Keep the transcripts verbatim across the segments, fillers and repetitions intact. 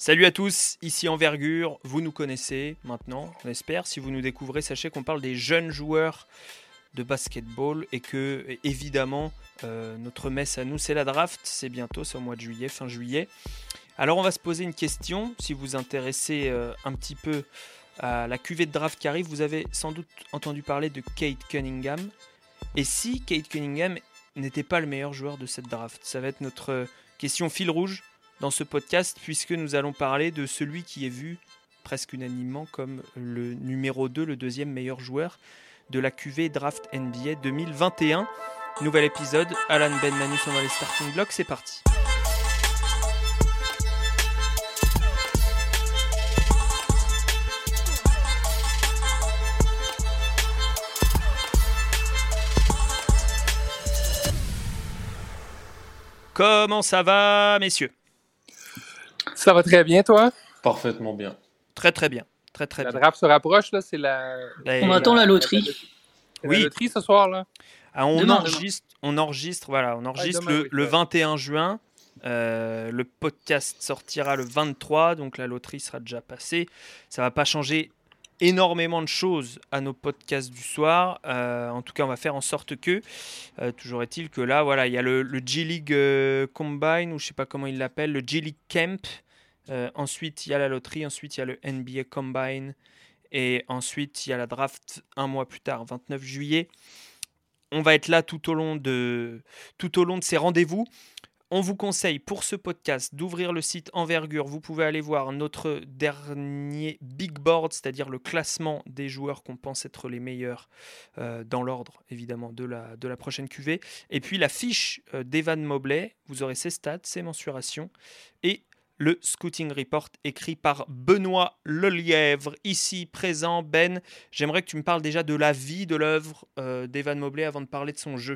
Salut à tous, ici Envergure, vous nous connaissez maintenant, on espère. Si vous nous découvrez, sachez qu'on parle des jeunes joueurs de basketball et que, évidemment, euh, notre messe à nous, c'est la draft. C'est bientôt, c'est au mois de juillet, fin juillet. Alors on va se poser une question, si vous vous intéressez euh, un petit peu à la cuvée de draft qui arrive, vous avez sans doute entendu parler de Cade Cunningham. Et si Cade Cunningham n'était pas le meilleur joueur de cette draft? Ça va être notre question fil rouge dans ce podcast, puisque nous allons parler de celui qui est vu presque unanimement comme le numéro deux, le deuxième meilleur joueur de la cuvée draft N B A deux mille vingt et un. Nouvel épisode, Alan, Ben, Manu sont dans les starting blocks, c'est parti. Comment ça va, messieurs? Ça va très bien, toi? Parfaitement bien. Très très bien. Très, très la bien. draft se rapproche, là, c'est la... Et on la, attend la loterie. La, la, oui. la loterie ce soir, là. Ah, on, demain, enregistre, demain. on enregistre, voilà, on enregistre ah, demain, le, oui, le vingt et un juin. Euh, le podcast sortira le vingt-trois, donc la loterie sera déjà passée. Ça va pas changer énormément de choses à nos podcasts du soir. Euh, en tout cas, on va faire en sorte que, euh, toujours est-il que là, voilà, il y a le, le G-League euh, Combine, ou je sais pas comment il l'appelle, le G-League Camp. Euh, ensuite, il y a la loterie. Ensuite, il y a le N B A Combine. Et ensuite, il y a la draft un mois plus tard, vingt-neuf juillet. On va être là tout au long de, tout au long de ces rendez-vous. On vous conseille pour ce podcast d'ouvrir le site Envergure. Vous pouvez aller voir notre dernier big board, c'est-à-dire le classement des joueurs qu'on pense être les meilleurs euh, dans l'ordre, évidemment, de la, de la prochaine cuvée. Et puis la fiche euh, d'Evan Mobley. Vous aurez ses stats, ses mensurations et le Scouting Report écrit par Benoît Lelièvre, ici présent. Ben, j'aimerais que tu me parles déjà de la vie, de l'œuvre euh, d'Evan Mobley avant de parler de son jeu.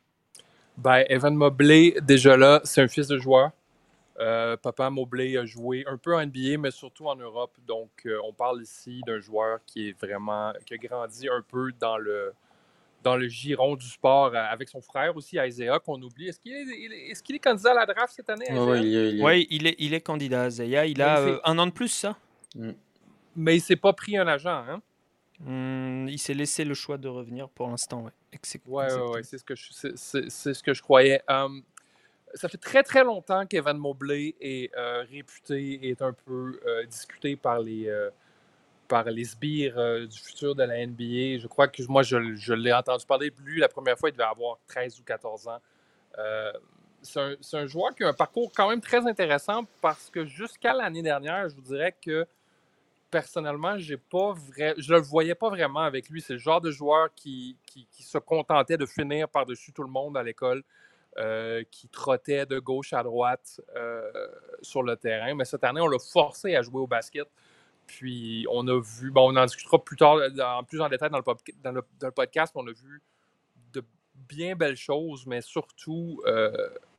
Ben, Evan Mobley, déjà là, c'est un fils de joueur. Euh, Papa Mobley a joué un peu en N B A, mais surtout en Europe. Donc, euh, on parle ici d'un joueur qui est vraiment, qui a grandi un peu dans le, dans le giron du sport avec son frère aussi, Isaiah, qu'on oublie. Est-ce qu'il est, est-ce qu'il est candidat à la draft cette année, Isaiah? Oui, il est, il est. Ouais, il est, il est candidat, Isaiah. Il a euh, un an de plus, ça? Mm. Mais il ne s'est pas pris un agent, hein? Hum, il s'est laissé le choix de revenir pour l'instant, ouais. Ex- ouais, ouais, ouais, c'est ce que je, c'est, c'est, c'est ce que je croyais. Um, ça fait très, très longtemps qu'Evan Mobley est euh, réputé, est un peu euh, discuté par les, euh, par les sbires euh, du futur de la N B A. Je crois que moi, je, je l'ai entendu parler de lui la première fois, il devait avoir treize ou quatorze ans. Euh, c'est, un, c'est un joueur qui a un parcours quand même très intéressant parce que jusqu'à l'année dernière, je vous dirais que personnellement, j'ai pas vrai... je ne le voyais pas vraiment avec lui. C'est le genre de joueur qui, qui, qui se contentait de finir par-dessus tout le monde à l'école, euh, qui trottait de gauche à droite euh, sur le terrain. Mais cette année, on l'a forcé à jouer au basket. Puis on a vu, bon, on en discutera plus tard, en plus en détail dans le, dans le, dans le podcast, on a vu de bien belles choses, mais surtout, euh,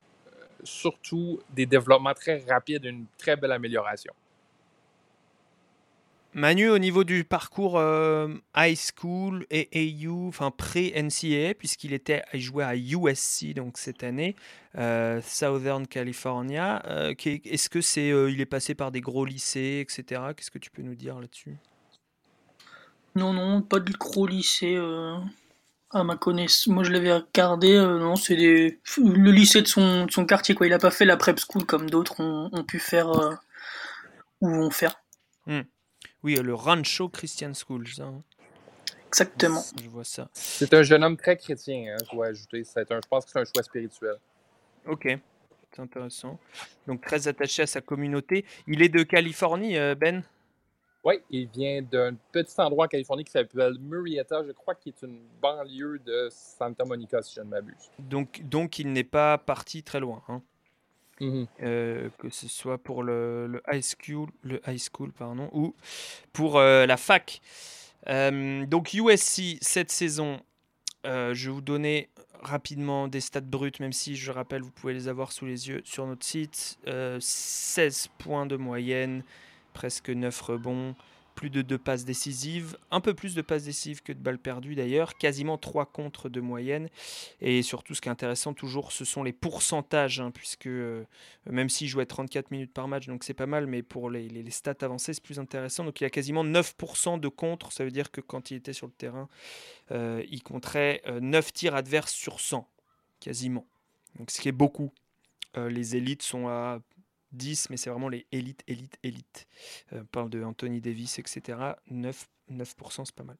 surtout des développements très rapides, une très belle amélioration. Manu, au niveau du parcours euh, high school et A U, enfin pré-N C A A, puisqu'il était, il jouait à U S C donc cette année, euh, Southern California. Euh, est-ce que c'est, euh, il est passé par des gros lycées, et cetera. Qu'est-ce que tu peux nous dire là-dessus? Non, non, pas de gros lycée. Euh, à ma connaissance, moi je l'avais regardé. Euh, non, c'est des, le lycée de son, de son quartier, quoi. Il a pas fait la prep school comme d'autres ont, ont pu faire euh, ou vont faire. Hmm. Oui, le Rancho Christian Schools. Hein. Exactement. Je vois ça. C'est un jeune homme très chrétien, hein, je dois ajouter. C'est un, je pense que c'est un choix spirituel. Ok, c'est intéressant. Donc très attaché à sa communauté. Il est de Californie, Ben? Oui, il vient d'un petit endroit en Californie qui s'appelle Murrieta, je crois qu'il est une banlieue de Santa Monica, si je ne m'abuse. Donc, donc il n'est pas parti très loin. Hein. Mm-hmm. Euh, que ce soit pour le, le high school, le high school pardon, ou pour euh, la fac. Euh, donc U S C cette saison, euh, je vais vous donner rapidement des stats brutes, même si je rappelle vous pouvez les avoir sous les yeux sur notre site. Euh, seize points de moyenne, presque neuf rebonds, plus de deux passes décisives, un peu plus de passes décisives que de balles perdues d'ailleurs, quasiment trois contres de moyenne. Et surtout, ce qui est intéressant toujours, ce sont les pourcentages, hein, puisque euh, même s'il jouait trente-quatre minutes par match, donc c'est pas mal, mais pour les, les- les stats avancées, c'est plus intéressant. Donc il a quasiment neuf pour cent de contres, ça veut dire que quand il était sur le terrain, euh, il compterait euh, neuf tirs adverses sur cent, quasiment. Donc ce qui est beaucoup. Euh, les élites sont à dix, mais c'est vraiment les élites, élites, élites. Euh, on parle de Anthony Davis, et cetera. neuf, neuf pour cent, c'est pas mal.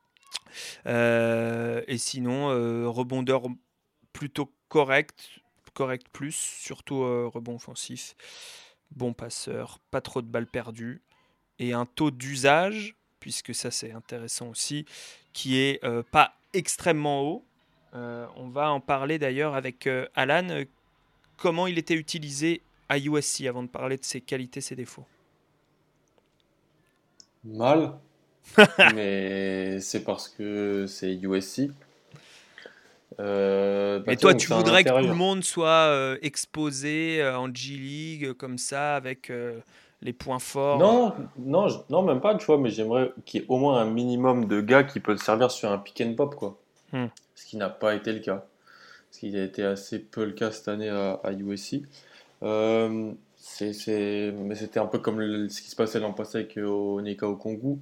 Euh, et sinon, euh, rebondeur plutôt correct, correct plus, surtout euh, rebond offensif, bon passeur, pas trop de balles perdues, et un taux d'usage, puisque ça c'est intéressant aussi, qui est euh, pas extrêmement haut. Euh, on va en parler d'ailleurs avec euh, Alan, euh, comment il était utilisé à U S C avant de parler de ses qualités, ses défauts. Mal, mais c'est parce que c'est U S C. Euh, bah, Mais tu vois, toi, donc tu c'est un voudrais que tout le intérieur. monde soit euh, exposé euh, en G League euh, comme ça, avec euh, les points forts. Non, non, je- non, même pas, tu vois, mais j'aimerais qu'il y ait au moins un minimum de gars qui peuvent servir sur un pick and pop, quoi. Hmm. Ce qui n'a pas été le cas. Ce qui a été assez peu le cas cette année à, à U S C. Euh, c'est, c'est- mais c'était un peu comme le- ce qui se passait l'an passé avec euh, Onyeka Okongwu.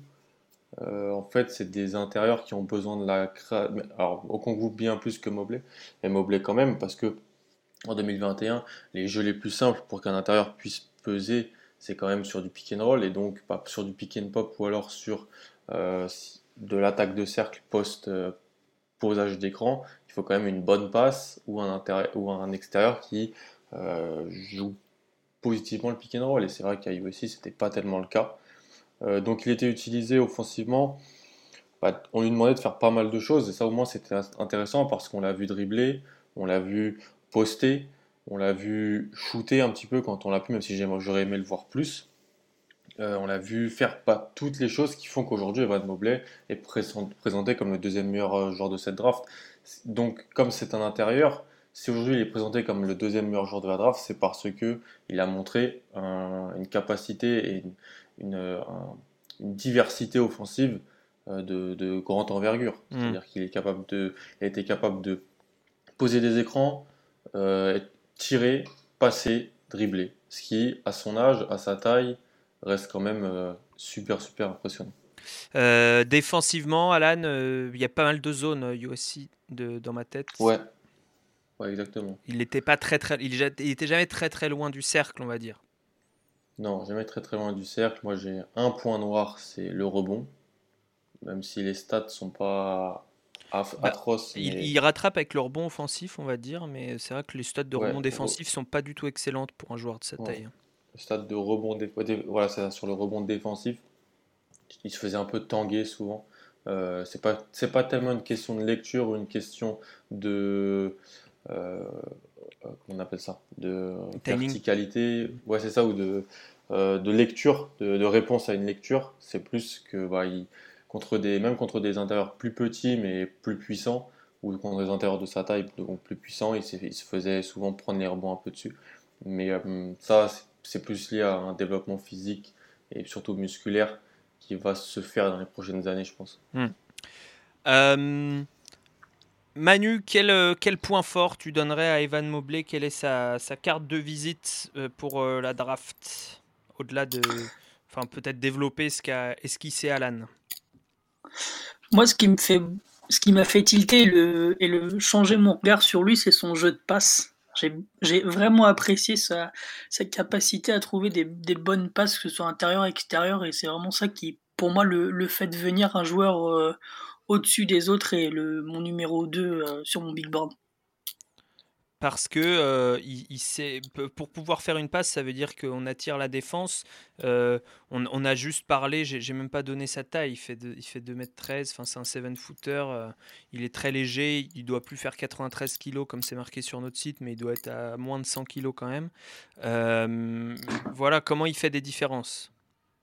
Euh, en fait, c'est des intérieurs qui ont besoin de la créa... mais- Alors, Okongwu bien plus que Mobley, mais Mobley quand même, parce que en deux mille vingt et un, les jeux les plus simples pour qu'un intérieur puisse peser, c'est quand même sur du pick and roll, et donc pas sur du pick and pop ou alors sur euh, si- de l'attaque de cercle post euh, posage d'écran. Il faut quand même une bonne passe ou un, intérieur, ou un extérieur qui euh, joue positivement le pick and roll, et c'est vrai qu'à U S C, c'était pas tellement le cas. Euh, donc il était utilisé offensivement. Bah, on lui demandait de faire pas mal de choses, et ça au moins c'était intéressant parce qu'on l'a vu dribbler, on l'a vu poster, on l'a vu shooter un petit peu quand on l'a pu, même si j'aurais aimé le voir plus. Euh, on l'a vu faire pas toutes les choses qui font qu'aujourd'hui Evan Mobley est présenté comme le deuxième meilleur euh, joueur de cette draft. Donc comme c'est un intérieur, si aujourd'hui il est présenté comme le deuxième meilleur joueur de la draft, c'est parce que il a montré un- une capacité et une, une, un- une diversité offensive euh, de, de grande envergure. Hmm. C'est-à-dire qu'il est capable de, il a été capable de poser des écrans, euh, tirer, passer, dribbler. Ce qui, à son âge, à sa taille, reste quand même euh, super, super impressionnant. Euh, défensivement, Alan, euh, il y a pas mal de zones euh, U S C de, dans ma tête. Ouais, ouais, exactement. Il n'était pas très très, il, ja- il était jamais très très loin du cercle, on va dire. Non, jamais très très loin du cercle. Moi, j'ai un point noir, c'est le rebond. Même si les stats sont pas af- Bah, atroces, il, mais il rattrape avec le rebond offensif, on va dire, mais c'est vrai que les stats de ouais, rebond re- défensif sont pas du tout excellentes pour un joueur de sa ouais. taille. Le stade de rebond, dé- dé- voilà, c'est ça, sur le rebond défensif, il se faisait un peu tanguer souvent. Euh, c'est pas, c'est pas tellement une question de lecture ou une question de, euh, euh, comment on appelle ça, de Timing. verticalité, ouais c'est ça, ou de, euh, de lecture, de, de réponse à une lecture. C'est plus que bah, il- contre des, même contre des intérieurs plus petits mais plus puissants, ou contre des intérieurs de sa taille donc plus puissants, il, s'est- il se faisait souvent prendre les rebonds un peu dessus. Mais euh, ça, c'est c'est plus lié à un développement physique et surtout musculaire qui va se faire dans les prochaines années, je pense. Hmm. Euh, Manu, quel, euh, quel point fort tu donnerais à Evan Mobley? Quelle est sa, sa carte de visite euh, pour euh, la draft? Au-delà de. Enfin, peut-être développer ce qu'a esquissé Alan. Moi, ce qui me fait, ce qui m'a fait tilter le, et le changer mon regard sur lui, c'est son jeu de passe. J'ai, j'ai vraiment apprécié sa, sa capacité à trouver des, des bonnes passes, que ce soit intérieur, extérieur, et c'est vraiment ça qui, pour moi, le, le fait de venir un joueur euh, au-dessus des autres et le, mon numéro deux euh, sur mon big board. Parce que euh, il, il sait, pour pouvoir faire une passe, ça veut dire qu'on attire la défense. Euh, on, on a juste parlé, j'ai, j'ai même pas donné sa taille. Il fait, de, il fait deux mètres treize, enfin, c'est un seven footer. Euh, il est très léger, il doit plus faire quatre-vingt-treize kilos comme c'est marqué sur notre site, mais il doit être à moins de cent kilos quand même. Euh, voilà comment il fait des différences.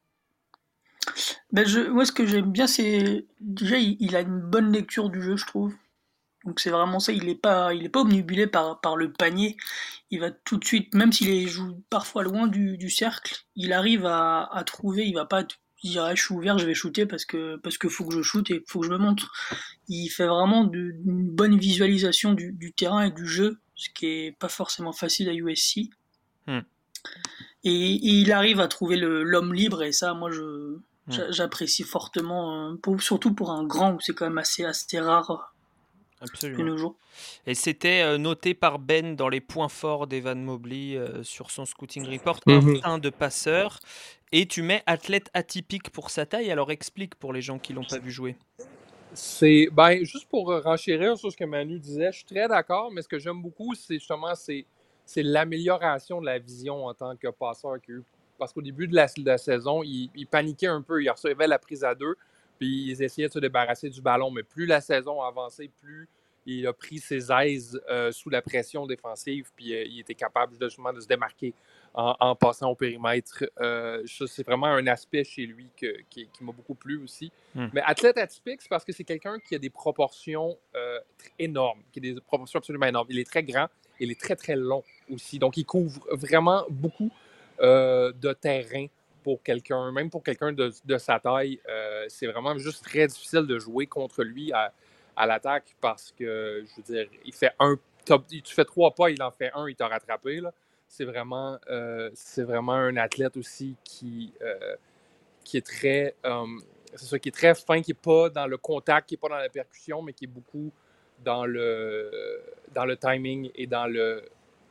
Ben je, moi, ce que j'aime bien, c'est déjà, il, il a une bonne lecture du jeu, je trouve. Donc c'est vraiment ça, il n'est pas, il est pas obnubilé par, par le panier. Il va tout de suite, même s'il est- joue parfois loin du, du cercle, il arrive à, à trouver, il va pas être il dirait je suis ouvert, je vais shooter parce que parce que faut que je shoote et faut que je me montre. Il fait vraiment de, une bonne visualisation du, du terrain et du jeu, ce qui est pas forcément facile à U S C. Hmm. Et, et il arrive à trouver le, l'homme libre et ça, moi, je Hmm. j'a- j'apprécie fortement, euh, pour, surtout pour un grand où c'est quand même assez assez rare de Absolument. nos jours. Et c'était euh, noté par Ben dans les points forts d'Evan Mobley euh, sur son scouting report, Mhm. instinct de passeur. Et tu mets athlète atypique pour sa taille, alors explique pour les gens qui l'ont pas vu jouer. C'est, ben, juste pour euh, renchérir sur ce que Manu disait, je suis très d'accord, mais ce que j'aime beaucoup, c'est justement c'est, c'est l'amélioration de la vision en tant que passeur qu'il a eu. Parce qu'au début de la, de la saison, il, il paniquait un peu, il recevait la prise à deux, puis ils essayaient de se débarrasser du ballon. Mais plus la saison avançait, plus il a pris ses aises euh, sous la pression défensive, puis euh, il était capable de, justement de se démarquer en, en passant au périmètre. Euh, ça, c'est vraiment un aspect chez lui que, qui, qui m'a beaucoup plu aussi. Hmm. Mais athlète atypique, c'est parce que c'est quelqu'un qui a des proportions euh, énormes, qui a des proportions absolument énormes. Il est très grand, il est très, très long aussi. Donc, il couvre vraiment beaucoup euh, de terrain pour quelqu'un, même pour quelqu'un de, de sa taille. Euh, c'est vraiment juste très difficile de jouer contre lui à, à l'attaque parce que, je veux dire, il fait un top, tu fais trois pas, il en fait un, il t'a rattrapé, là. C'est vraiment, euh, c'est vraiment un athlète aussi qui, euh, qui est très, euh, c'est ça, qui est très fin, qui n'est pas dans le contact, qui n'est pas dans la percussion, mais qui est beaucoup dans le, dans le timing et dans le,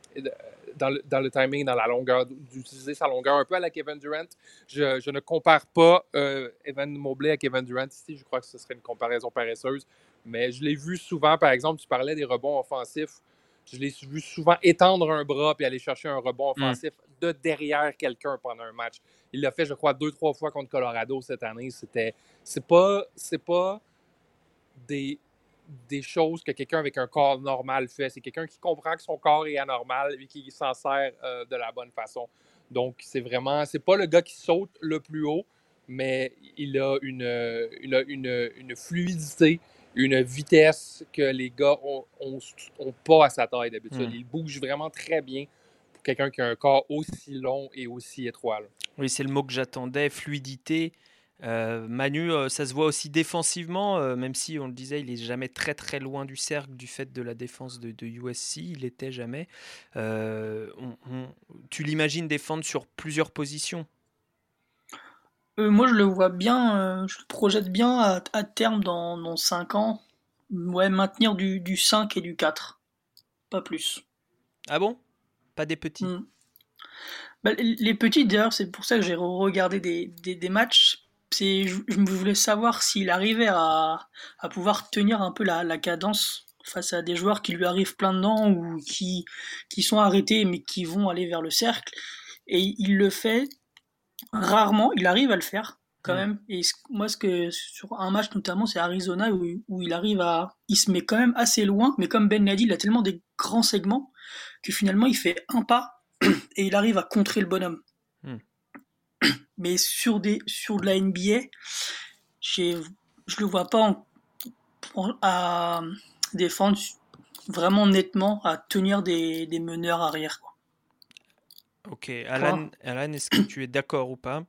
dans le, dans le timing, dans la longueur, d'utiliser sa longueur, un peu à la Kevin Durant. Je, je ne compare pas euh, Evan Mobley à Kevin Durant ici, je crois que ce serait une comparaison paresseuse, mais je l'ai vu souvent, par exemple, tu parlais des rebonds offensifs, je l'ai vu souvent étendre un bras puis aller chercher un rebond offensif mm. de derrière quelqu'un pendant un match. Il l'a fait, je crois, deux, trois fois contre Colorado cette année. C'était, c'est pas, c'est pas des, des choses que quelqu'un avec un corps normal fait. C'est quelqu'un qui comprend que son corps est anormal et qui s'en sert euh, de la bonne façon. Donc, c'est vraiment, c'est pas le gars qui saute le plus haut, mais il a une, il a une, une fluidité, une vitesse que les gars ont, ont, ont pas à sa taille d'habitude. Mm. Il bouge vraiment très bien pour quelqu'un qui a un corps aussi long et aussi étroit. Là. Oui, c'est le mot que j'attendais, fluidité. Euh, Manu, euh, ça se voit aussi défensivement, euh, même si on le disait, il est jamais très très loin du cercle du fait de la défense de, de U S C, il l'était jamais. Euh, on, on, tu l'imagines défendre sur plusieurs positions? Euh, moi, je le vois bien, euh, je le projette bien à, à terme dans, dans cinq ans. Ouais, maintenir du, du cinq et du quatre. Pas plus. Ah bon? Pas des petits? Mm. Bah, les petits, d'ailleurs, c'est pour ça que j'ai regardé des, des, des matchs. C'est, je, je voulais savoir s'il arrivait à, à pouvoir tenir un peu la, la cadence face à des joueurs qui lui arrivent plein dedans ou qui, qui sont arrêtés mais qui vont aller vers le cercle. Et il le fait rarement, il arrive à le faire quand mmh. même. Et moi, ce que sur un match notamment, c'est Arizona où, où il arrive à, il se met quand même assez loin, mais comme Ben l'a dit, il a tellement des grands segments que finalement il fait un pas et il arrive à contrer le bonhomme. Mmh. Mais sur des sur de la N B A, j'ai, je le vois pas en, en, à défendre vraiment nettement, à tenir des, des meneurs arrière. Quoi. Ok, Alan, Alan, est-ce que tu es d'accord ou pas?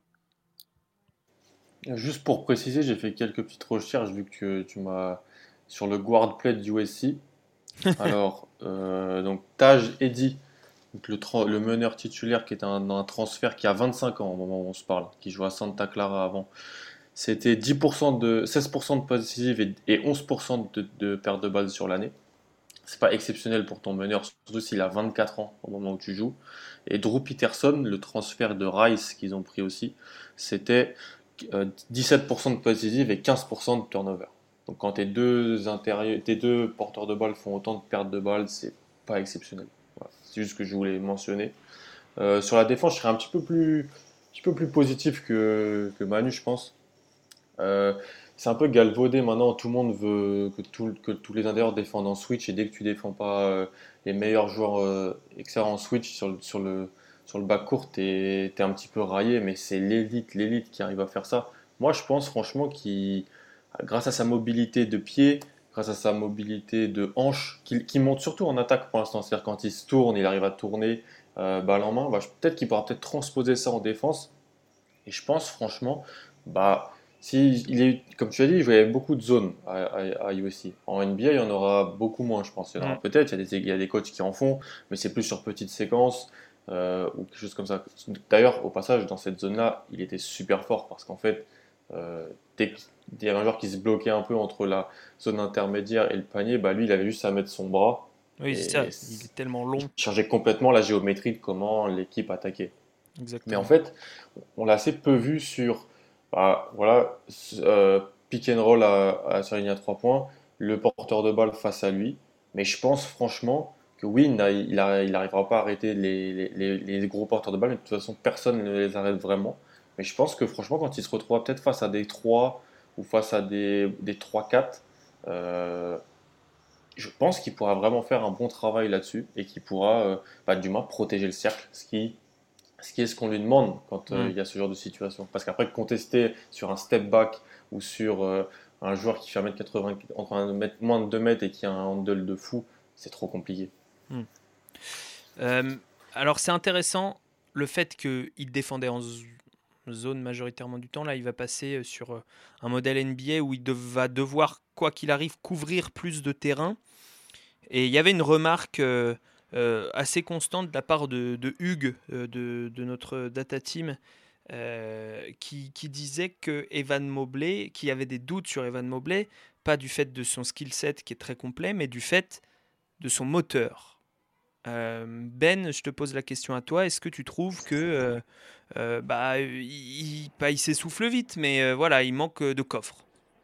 Juste pour préciser, j'ai fait quelques petites recherches vu que tu m'as sur le guard play de U S C. Alors, euh, donc Taj Eddy, donc le, tra- le meneur titulaire qui est un, un transfert qui a vingt-cinq ans au moment où on se parle, qui jouait à Santa Clara avant. C'était dix pour cent de, seize pour cent de possessive et, et onze pour cent de, de perte de balles sur l'année. C'est pas exceptionnel pour ton meneur, surtout s'il a vingt-quatre ans au moment où tu joues. Et Drew Peterson, le transfert de Rice qu'ils ont pris aussi, c'était euh, dix-sept pour cent de possessive et quinze pour cent de turnover. Donc quand tes deux, intérieurs, tes deux porteurs de balles font autant de pertes de balles, c'est pas exceptionnel. Voilà. C'est juste ce que je voulais mentionner. Euh, sur la défense, je serais un petit peu plus, un petit peu plus positif que, que Manu, je pense. Euh, c'est un peu galvaudé maintenant, tout le monde veut que, tout, que tous les intérieurs défendent en switch et dès que tu défends pas euh, les meilleurs joueurs euh, excellents en switch sur le, sur le, sur le backcourt, t'es, t'es un petit peu raillé, mais c'est l'élite, l'élite qui arrive à faire ça. Moi je pense franchement qu'il, grâce à sa mobilité de pied, grâce à sa mobilité de hanche, qui, qui monte surtout en attaque pour l'instant, c'est-à-dire quand il se tourne, il arrive à tourner euh, balle en main, bah, peut-être qu'il pourra peut-être transposer ça en défense. Et je pense franchement bah, si il est, comme tu as dit, il jouait beaucoup de zones à, à, à U S C. En N B A, il y en aura beaucoup moins, je pense. Il y en Mm. aura peut-être, il y a des, il y a des coachs qui en font, mais c'est plus sur petites séquences euh, ou quelque chose comme ça. D'ailleurs, au passage, dans cette zone-là, il était super fort parce qu'en fait, euh, dès qu'il y avait un joueur qui se bloquait un peu entre la zone intermédiaire et le panier, bah lui, il avait juste à mettre son bras Oui, c'est ça. et Il c- est tellement il long. changeait complètement la géométrie de comment l'équipe attaquait. Mais en Exactement. fait, on l'a assez peu vu sur bah, voilà, s- euh, pick and roll à, à- sur la ligne à trois points, le porteur de balle face à lui. Mais je pense franchement que oui, il n'a- il a- il n'arrivera pas à arrêter les, les- les- les gros porteurs de balle, mais de toute façon, personne ne les arrête vraiment. Mais je pense que franchement, quand il se retrouvera peut-être face à des trois ou face à des, des trois quatre, euh, je pense qu'il pourra vraiment faire un bon travail là-dessus et qu'il pourra, euh, bah, du moins, protéger le cercle, ce qui ce qui est ce qu'on lui demande quand euh, Mm. il y a ce genre de situation. Parce qu'après, contester sur un step back ou sur euh, un joueur qui fait un mètre quatre-vingts, entre un mètre, moins de deux mètres et qui a un handle de fou, c'est trop compliqué. Mm. Euh, alors c'est intéressant le fait qu'il défendait en z- zone majoritairement du temps. Là, il va passer euh, sur euh, un modèle N B A où il de- va devoir, quoi qu'il arrive, couvrir plus de terrain. Et il y avait une remarque euh, euh, assez constante de la part de, de Hugues, euh, de, de notre data team, euh, qui, qui disait que Evan Mobley, qui avait des doutes sur Evan Mobley, pas du fait de son skill set qui est très complet, mais du fait de son moteur. Euh, Ben, je te pose la question à toi. Est-ce que tu trouves que euh, euh, bah, il, il- pas il s'essouffle vite, mais euh, voilà, il manque de coffre.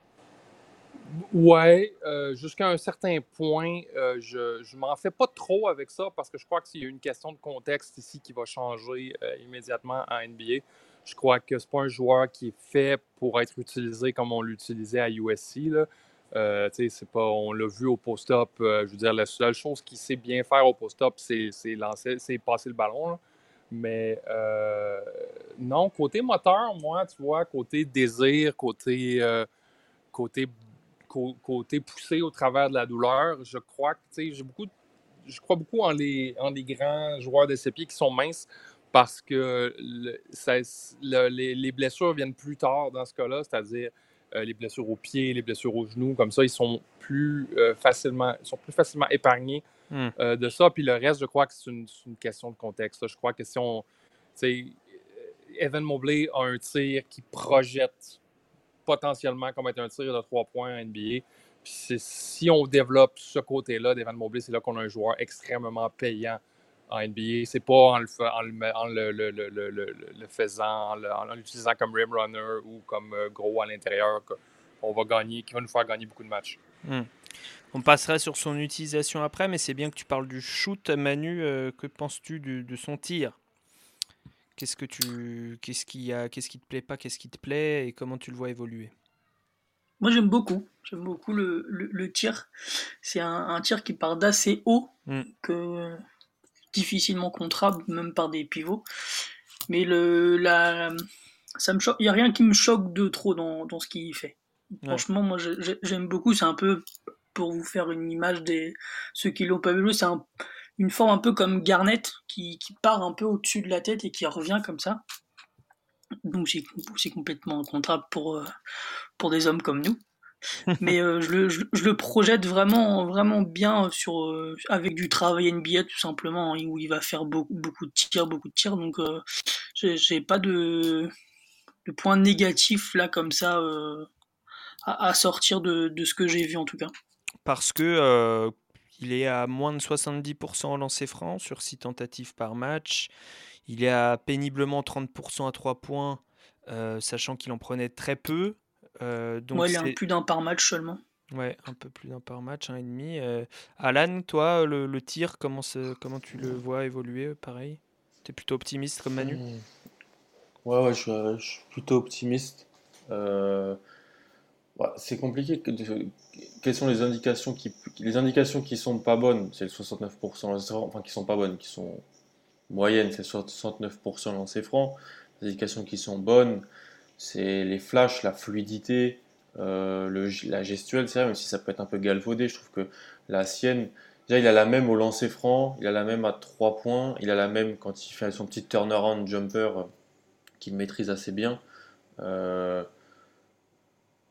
Ouais, euh, jusqu'à un certain point, euh, je, je m'en fais pas trop avec ça parce que je crois qu'il y a une question de contexte ici qui va changer euh, immédiatement en N B A. Je crois que c'est pas un joueur qui est fait pour être utilisé comme on l'utilisait à U S C, là. Euh, tu sais, c'est pas, on l'a vu au post-up. Euh, je veux dire, la seule chose qu'il sait bien faire au post-up, c'est, c'est lancer, c'est passer le ballon, là. Mais euh, non, côté moteur, moi, tu vois, côté désir, côté, euh, côté côté poussé au travers de la douleur. Je crois que, tu sais, j'ai beaucoup, je crois beaucoup en les, en les grands joueurs de S C P qui sont minces parce que le, ça, le, les, les blessures viennent plus tard dans ce cas-là, c'est-à-dire euh, les blessures aux pieds, les blessures aux genoux, comme ça, ils sont plus euh, facilement, ils sont plus facilement épargnés Hmm. euh, de ça. Puis le reste, je crois que c'est une, c'est une question de contexte. Je crois que si on, tu sais, Evan Mobley a un tir qui projette potentiellement comme être un tir de trois points en N B A. Puis si on développe ce côté-là d'Evan Mobley, c'est là qu'on a un joueur extrêmement payant en N B A. C'est pas en le, en le, en le, le, le, le, le faisant, en, le, en l'utilisant comme rim runner ou comme euh, gros à l'intérieur qu'on va gagner, qui va nous faire gagner beaucoup de matchs. Hmm. On passera sur son utilisation après, mais c'est bien que tu parles du shoot, Manu. Euh, que penses-tu du, de son tir? Qu'est-ce que tu, qu'est-ce qui a, qu'est-ce qui te plaît pas, qu'est-ce qui te plaît et comment tu le vois évoluer? Moi j'aime beaucoup, j'aime beaucoup le, le, le tir. C'est un, un tir qui part d'assez haut, Hmm. que difficilement contrable, même par des pivots. Mais le, la, ça me choque, il y a rien qui me choque de trop dans, dans ce qu'il fait. Ouais. Franchement, moi j'ai- j'aime beaucoup. C'est un peu pour vous faire une image des ceux qui l'ont pas vu, c'est un, une forme un peu comme Garnett qui, qui part un peu au-dessus de la tête et qui revient comme ça. Donc c'est c'est complètement contrable pour euh, pour des hommes comme nous. Mais euh, je, le, je, je le projette vraiment, vraiment bien sur, euh, avec du travail N B A tout simplement, hein, où il va faire beaucoup, beaucoup de tirs, beaucoup de tirs. Donc euh, j'ai j'ai pas de, de point négatif là comme ça euh, à, à sortir de, de ce que j'ai vu en tout cas. Parce que euh, il est à moins de soixante-dix pour cent en lancer franc sur six tentatives par match. Il est à péniblement trente pour cent à trois points, euh, sachant qu'il en prenait très peu. Euh, donc Moi, il est un c'est plus d'un par match seulement. ouais, un peu plus d'un par match, un et demi. Euh, Alan, toi, le, le tir, comment, se- comment tu le vois évoluer? Pareil. T'es plutôt optimiste comme Manu? Hmm. Ouais, ouais, je suis, euh, je suis plutôt optimiste. Euh, ouais, c'est compliqué. que de- Quelles sont les indications qui, les indications qui sont pas bonnes? C'est le soixante-neuf pour cent, enfin qui sont pas bonnes, qui sont moyennes, c'est soixante-neuf pour cent lancé franc. Les indications qui sont bonnes, c'est les flashs, la fluidité, euh, le, la gestuelle, c'est vrai, même si ça peut être un peu galvaudé, je trouve que la sienne, déjà il a la même au lancer franc, il a la même à trois points, il a la même quand il fait son petit turnaround jumper euh, qu'il maîtrise assez bien. Euh,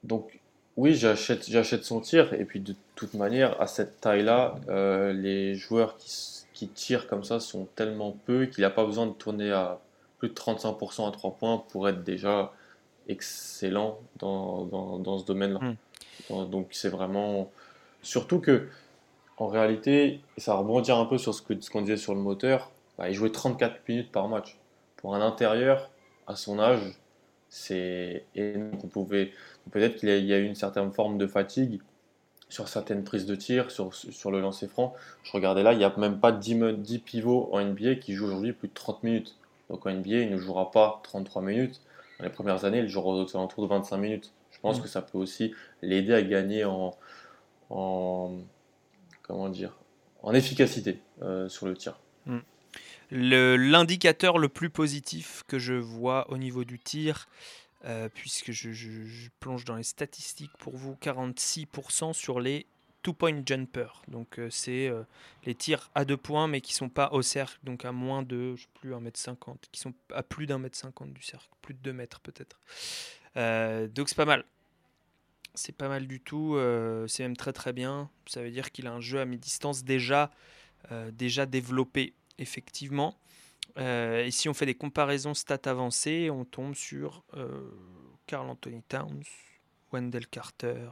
donc, oui, j'achète, j'achète son tir. Et puis, de toute manière, à cette taille-là, euh, les joueurs qui, s- qui tirent comme ça sont tellement peu qu'il n'a pas besoin de tourner à plus de trente-cinq pour cent à trois points pour être déjà excellent dans, dans, dans ce domaine-là. Hmm. Dans- Donc, c'est vraiment. Surtout que, en réalité, et ça va rebondir un peu sur ce que, ce qu'on disait sur le moteur, bah, il jouait trente-quatre minutes par match. Pour un intérieur, à son âge, c'est énorme. Qu'on pouvait, peut-être qu'il y a, il y a eu une certaine forme de fatigue sur certaines prises de tir, sur, sur le lancer franc. Je regardais là, il n'y a même pas dix, me- dix pivots en N B A qui jouent aujourd'hui plus de trente minutes. Donc en N B A, il ne jouera pas trente-trois minutes. Dans les premières années, il jouera aux alentours de vingt-cinq minutes. Je pense Hmm. que ça peut aussi l'aider à gagner en, en, comment dire, en efficacité euh, sur le tir. Hmm. Le- l'indicateur le plus positif que je vois au niveau du tir, euh, puisque je, je- je plonge dans les statistiques pour vous, quarante-six pour cent sur les two-point jumpers. Donc euh, c'est euh, les tirs à deux points mais qui sont pas au cercle, donc à moins de, je sais plus, un mètre cinquante, qui sont à plus d'un mètre cinquante du cercle, plus de deux mètres peut-être. Euh, donc c'est pas mal. C'est pas mal du tout, euh, c'est même très très bien. Ça veut dire qu'il a un jeu à mi-distance déjà, euh, déjà développé, effectivement. Euh, et si on fait des comparaisons stats avancées, on tombe sur euh, Karl Anthony Towns, Wendell Carter,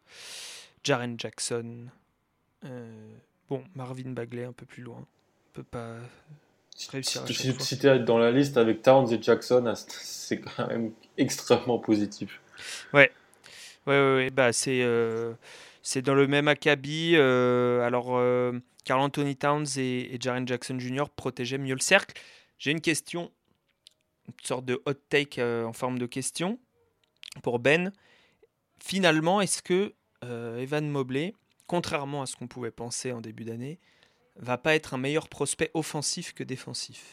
Jaren Jackson, euh, bon, Marvin Bagley un peu plus loin. On peut pas réussir à Si, chaque si, fois. si tu es dans la liste avec Towns et Jackson, c'est quand même extrêmement positif. Ouais, ouais, ouais, ouais, bah c'est euh, c'est dans le même acabit. euh, alors, euh, Karl Anthony Towns et, et Jaren Jackson junior protégeaient mieux le cercle. J'ai une question, une sorte de hot take euh, en forme de question pour Ben. Finalement, est-ce que euh, Evan Mobley, contrairement à ce qu'on pouvait penser en début d'année, va pas être un meilleur prospect offensif que défensif?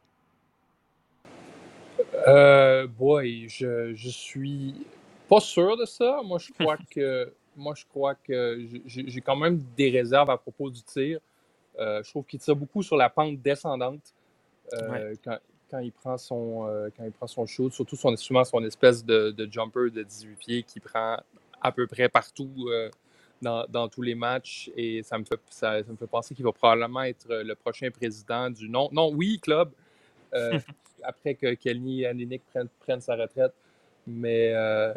Euh, boy, je, je suis pas sûr de ça. Moi, je crois que, moi, je crois que j'ai j'ai quand même des réserves à propos du tir. Euh, je trouve qu'il tire beaucoup sur la pente descendante Ouais. euh, quand, quand il prend son, euh, quand il prend son shoot, surtout son, souvent son espèce de, de jumper de dix-huit pieds qui prend à peu près partout euh, dans, dans tous les matchs. Et ça me fait, ça, ça me fait penser qu'il va probablement être le prochain président du non, non, oui, club. Euh, après que Kelly Olynyk prenne, prenne sa retraite. Mais euh,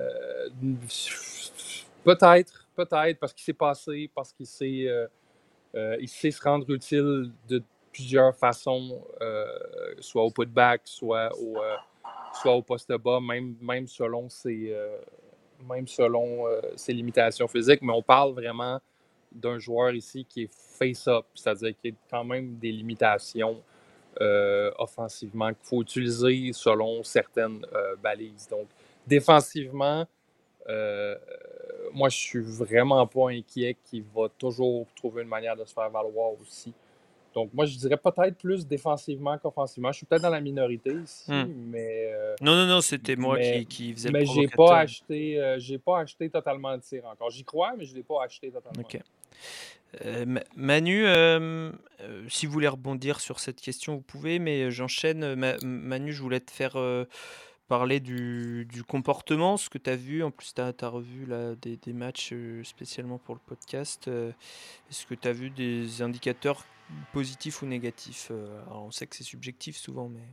peut-être, peut-être, parce qu'il s'est passé, parce qu'il sait, euh, euh, il sait se rendre utile de plusieurs façons, euh, soit au putback, soit au, euh, soit au poste bas, même, même selon ses, euh, même selon euh, ses limitations physiques. Mais on parle vraiment d'un joueur ici qui est face-up, c'est-à-dire qu'il y a quand même des limitations euh, offensivement qu'il faut utiliser selon certaines euh, balises. Donc, défensivement, euh, moi, je suis vraiment pas inquiet qu'il va toujours trouver une manière de se faire valoir aussi. Donc, moi, je dirais peut-être plus défensivement qu'offensivement. Je suis peut-être dans la minorité ici, Hmm. mais euh, Non, non, non, c'était moi mais, qui, qui faisais le mais j'ai pas provocateur. acheté, euh, j'ai pas acheté totalement de tir encore. J'y crois, mais je l'ai pas acheté totalement. Ok. Euh, Ma- Manu, euh, euh, si vous voulez rebondir sur cette question, vous pouvez, mais j'enchaîne. Ma- Manu, je voulais te faire euh, parler du, du comportement, ce que tu as vu. En plus, tu as revu là, des, des matchs euh, spécialement pour le podcast. Euh, Est-ce que tu as vu des indicateurs positifs ou négatifs? Euh, alors, on sait que c'est subjectif souvent, mais...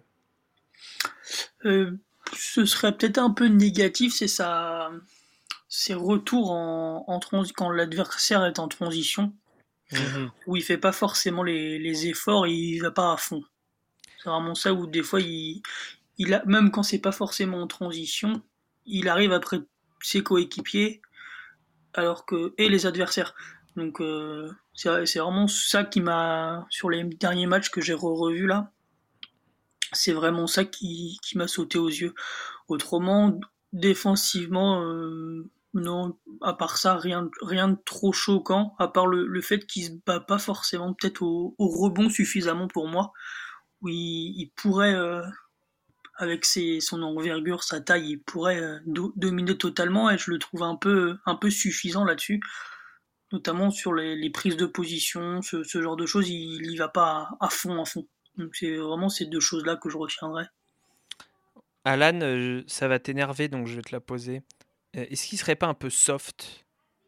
Euh, Ce serait peut-être un peu négatif, c'est ça, ses retours en, en transi- quand l'adversaire est en transition, Mm-hmm. où il fait pas forcément les, les efforts, il va pas à fond. C'est vraiment ça où des fois il, il a, même quand c'est pas forcément en transition, il arrive après ses coéquipiers, alors que et les adversaires. Donc euh, c'est c'est vraiment ça qui m'a sur les derniers matchs que j'ai revu là, c'est vraiment ça qui, qui m'a sauté aux yeux. Autrement, défensivement, euh, non, à part ça, rien, rien de trop choquant, à part le, le fait qu'il se bat pas forcément peut-être au, au rebond suffisamment pour moi, où il, il pourrait, euh, avec ses, son envergure, sa taille, il pourrait euh, do, dominer totalement, et je le trouve un peu, un peu suffisant là-dessus, notamment sur les, les prises de position, ce, ce genre de choses, il, il y va pas à, à fond, à fond. Donc c'est vraiment ces deux choses-là que je retiendrai. Alan, euh, ça va t'énerver, donc je vais te la poser. euh, est-ce qu'il serait pas un peu soft?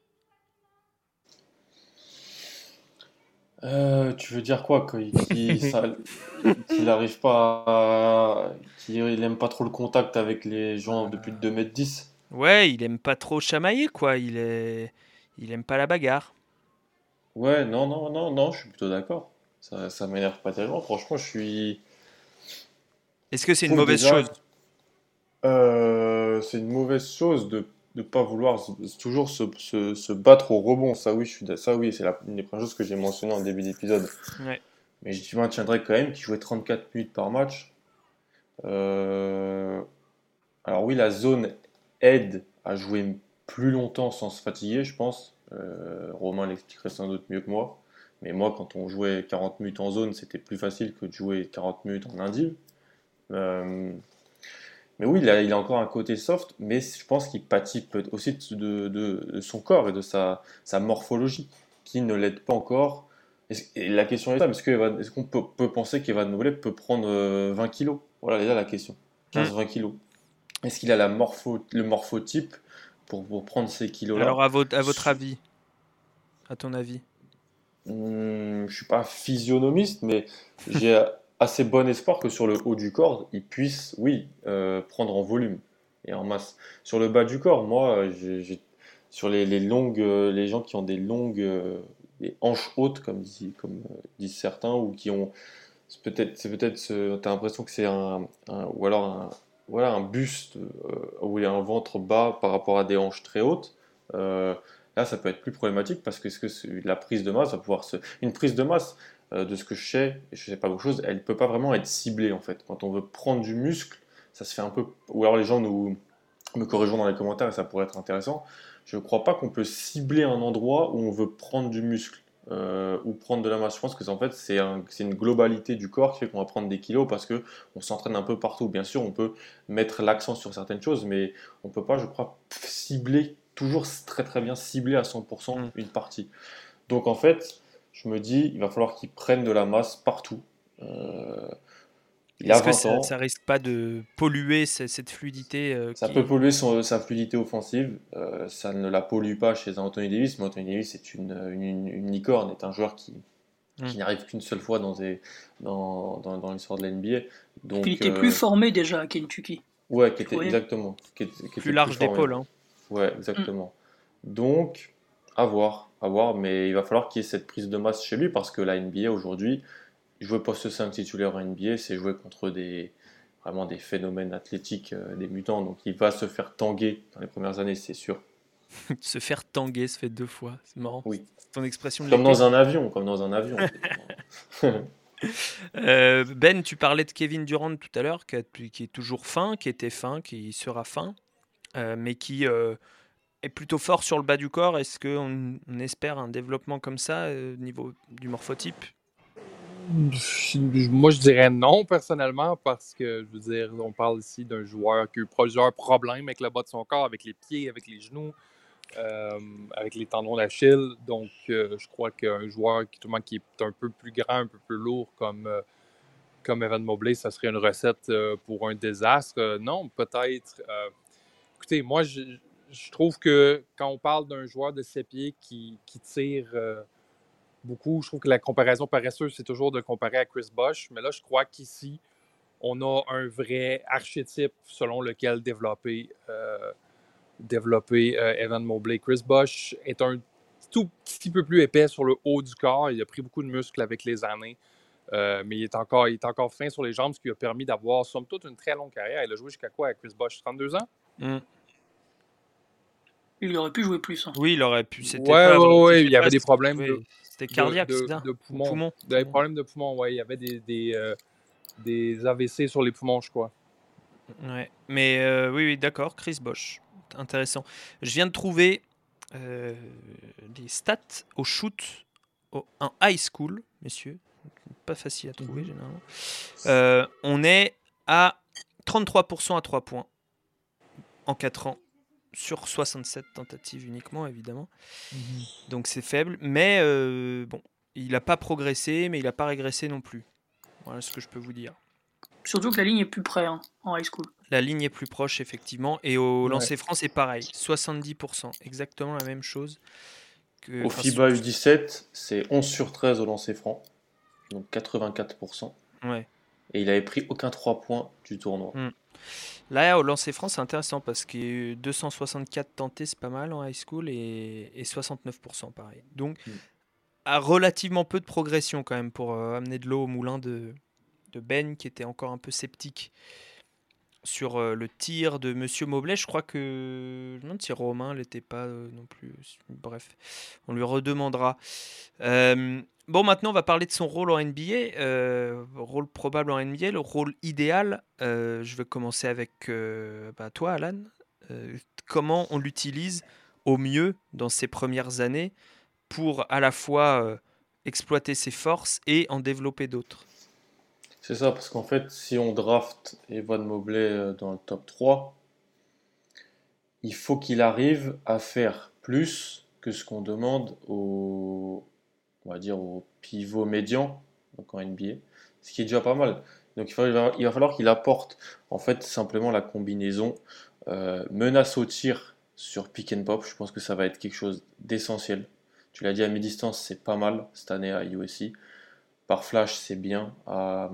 Euh, tu veux dire quoi? Qu'il qu'il ça- qu'il n'arrive pas à... qu'il aime pas trop le contact avec les gens de plus de deux mètres dix? Ouais, il aime pas trop chamailler, quoi. Il est, il aime pas la bagarre. Ouais, non, non, non, non, je suis plutôt d'accord. Ça, ça m'énerve pas tellement. Franchement, je suis. Est-ce que Je c'est une trouve mauvaise déjà chose? euh, c'est une mauvaise chose de ne pas vouloir se- toujours se, se- se battre au rebond. Ça, oui, je suis, d'a- ça, oui, c'est la, une des premières choses que j'ai mentionné en début d'épisode. Ouais. Mais je maintiendrai quand même qu'il jouait trente-quatre minutes par match. Euh, Alors oui, la zone aide à jouer plus longtemps sans se fatiguer, je pense. Euh, Romain l'expliquerait sans doute mieux que moi. Mais moi, quand on jouait quarante minutes en zone, c'était plus facile que de jouer quarante minutes en indiv. Euh, mais oui, il a, il a encore un côté soft, mais je pense qu'il pâtit peut- aussi de, de- de son corps et de sa, sa morphologie, qui ne l'aide pas encore. Est-ce- Et la question est là, est-ce que Evan- est-ce qu'on peut, peut penser qu'Evan Mobley peut prendre euh, vingt kilos? Voilà, c'est là la question. Hmm. quinze vingt kilos. Est-ce qu'il a la morpho, le morphotype pour, pour prendre ces kilos-là? Alors, à votre, à votre avis, à ton avis? Hmm, je suis pas physionomiste, mais j'ai assez bon espoir que sur le haut du corps, il puisse, oui, euh, prendre en volume et en masse. Sur le bas du corps, moi, euh, j'ai, j'ai- sur les, les longues, euh, les gens qui ont des longues, euh, des hanches hautes, comme, dit- comme euh, disent certains, ou qui ont, c'est peut-être, c'est peut-être, ce- t'as l'impression que c'est un, un- ou alors un, voilà, un buste euh, où il y a un ventre bas par rapport à des hanches très hautes. Euh, Là, ça peut être plus problématique parce que, est-ce que c'est- la prise de masse va pouvoir se, une prise de masse, euh, de ce que je sais, et je sais pas beaucoup de choses, elle peut pas vraiment être ciblée en fait. Quand on veut prendre du muscle, ça se fait un peu, ou alors les gens nous me corrigeront dans les commentaires et ça pourrait être intéressant. Je crois pas qu'on peut cibler un endroit où on veut prendre du muscle euh, ou prendre de la masse. Je pense que en fait c'est un, c'est une globalité du corps qui fait qu'on va prendre des kilos parce que on s'entraîne un peu partout. Bien sûr, on peut mettre l'accent sur certaines choses, mais on peut pas, je crois, cibler toujours très très bien cibler à cent pour cent Hmm. une partie. Donc en fait, je me dis, il va falloir qu'il prenne de la masse partout. Euh, il a Est-ce que vingt ça, ans. ça risque pas de polluer ce- cette fluidité euh, Ça peut qui... polluer son- sa fluidité offensive, euh, ça ne la pollue pas chez un Anthony Davis, mais Anthony Davis est une, une, une licorne, est un joueur qui, Hmm. qui n'arrive qu'une seule fois dans, des- dans, dans, dans l'histoire de la N B A. Parce qu'il Donc, était plus euh, formé déjà à Kentucky. ouais, qui Tu était voyais. exactement, qui était, qui Plus était plus large formé. d'épaule, hein. Ouais, Mm. exactement. Donc, à voir, à voir, mais il va falloir qu'il y ait cette prise de masse chez lui parce que la N B A aujourd'hui, jouer poste cinq titulaire en N B A, c'est jouer contre des vraiment des phénomènes athlétiques, euh, des mutants. Donc il va se faire tanguer dans les premières années, c'est sûr. Se faire tanguer, se fait deux fois. C'est marrant. Oui. C'est ton expression de Comme l'été. dans un avion, comme dans un avion. Euh, Ben, tu parlais de Kevin Durant tout à l'heure, qui, a- qui est toujours fin, qui était fin, qui sera fin, euh, mais qui euh, est plutôt fort sur le bas du corps. Est-ce qu'on on espère un développement comme ça euh, au niveau du morphotype? Moi, je dirais non, personnellement, parce que, je veux dire, on parle ici d'un joueur qui a eu plusieurs problèmes avec le bas de son corps, avec les pieds, avec les genoux, euh, avec les tendons d'Achille. Donc, euh, je crois qu'un joueur qui, tout le monde, qui est un peu plus grand, un peu plus lourd, comme, euh, comme Evan Mobley, ça serait une recette euh, pour un désastre. Euh, non, peut-être. Euh, écoutez, moi, je, je trouve que quand on parle d'un joueur de ses pieds qui, qui tire... euh, beaucoup. Je trouve que la comparaison paresseuse, c'est toujours de comparer à Chris Bosh. Mais là, je crois qu'ici, on a un vrai archétype selon lequel développer, euh, développer euh, Evan Mobley. Chris Bosh est un tout petit peu plus épais sur le haut du corps. Il a pris beaucoup de muscles avec les années. Euh, mais il est, encore, il est encore fin sur les jambes, ce qui lui a permis d'avoir, somme toute, une très longue carrière. Il a joué jusqu'à quoi avec Chris Bosh? trente-deux ans? Hmm. Il aurait pu jouer plus. Hein. Oui, il aurait pu. C'était Ouais, pas, ouais, ouais. c'était Il y avait pas- des problèmes ouais, de, c'était de, cardiaque, de, c'est ça? de Ou poumons. poumon. Des Poumon. problèmes de poumons, ouais. Il y avait des, des, euh, des A V C sur les poumons, je crois. Ouais. Mais euh, oui, oui, d'accord. Chris Bosh. Intéressant. Je viens de trouver euh, des stats au shoot au- en high school, messieurs. Pas facile à trouver, Mhm. généralement. Euh, on est à trente-trois pour cent à trois points en quatre ans, sur soixante-sept tentatives uniquement, évidemment. Donc c'est faible, mais euh, bon, il n'a pas progressé, mais il n'a pas régressé non plus. Voilà ce que je peux vous dire. Surtout que la ligne est plus près hein, en high school. La ligne est plus proche, effectivement. Et au Ouais. lancer franc, c'est pareil. soixante-dix pour cent. Exactement la même chose. Que, Au enfin, FIBA sur- U dix-sept, c'est onze sur treize au lancer franc, donc quatre-vingt-quatre pour cent. Ouais. Et il avait pris aucun trois points du tournoi. Mm. Là, au lancer franc, c'est intéressant parce que deux cent soixante-quatre tentés, c'est pas mal en high school et, et soixante-neuf pour cent pareil. Donc, Mm. à relativement peu de progression quand même pour euh, amener de l'eau au moulin de, de Ben qui était encore un peu sceptique sur euh, le tir de Monsieur Mobley. Je crois que je me demande si Romain l'était pas euh, non plus. Bref, on lui redemandera. Euh, bon, maintenant on va parler de son rôle en N B A, euh, rôle probable en N B A, le rôle idéal. Euh, je vais commencer avec euh, bah, toi, Alan. Euh, comment on l'utilise au mieux dans ses premières années pour à la fois euh, exploiter ses forces et en développer d'autres. C'est ça, parce qu'en fait, si on draft Evan Mobley euh, dans le top trois, il faut qu'il arrive à faire plus que ce qu'on demande au, on va dire, au pivot médian, donc en N B A, ce qui est déjà pas mal. Donc il va, il va falloir qu'il apporte en fait simplement la combinaison euh, menace au tir sur pick and pop. Je pense que ça va être quelque chose d'essentiel. Tu l'as dit, à mi-distance, c'est pas mal cette année à U S C. Par flash, c'est bien à,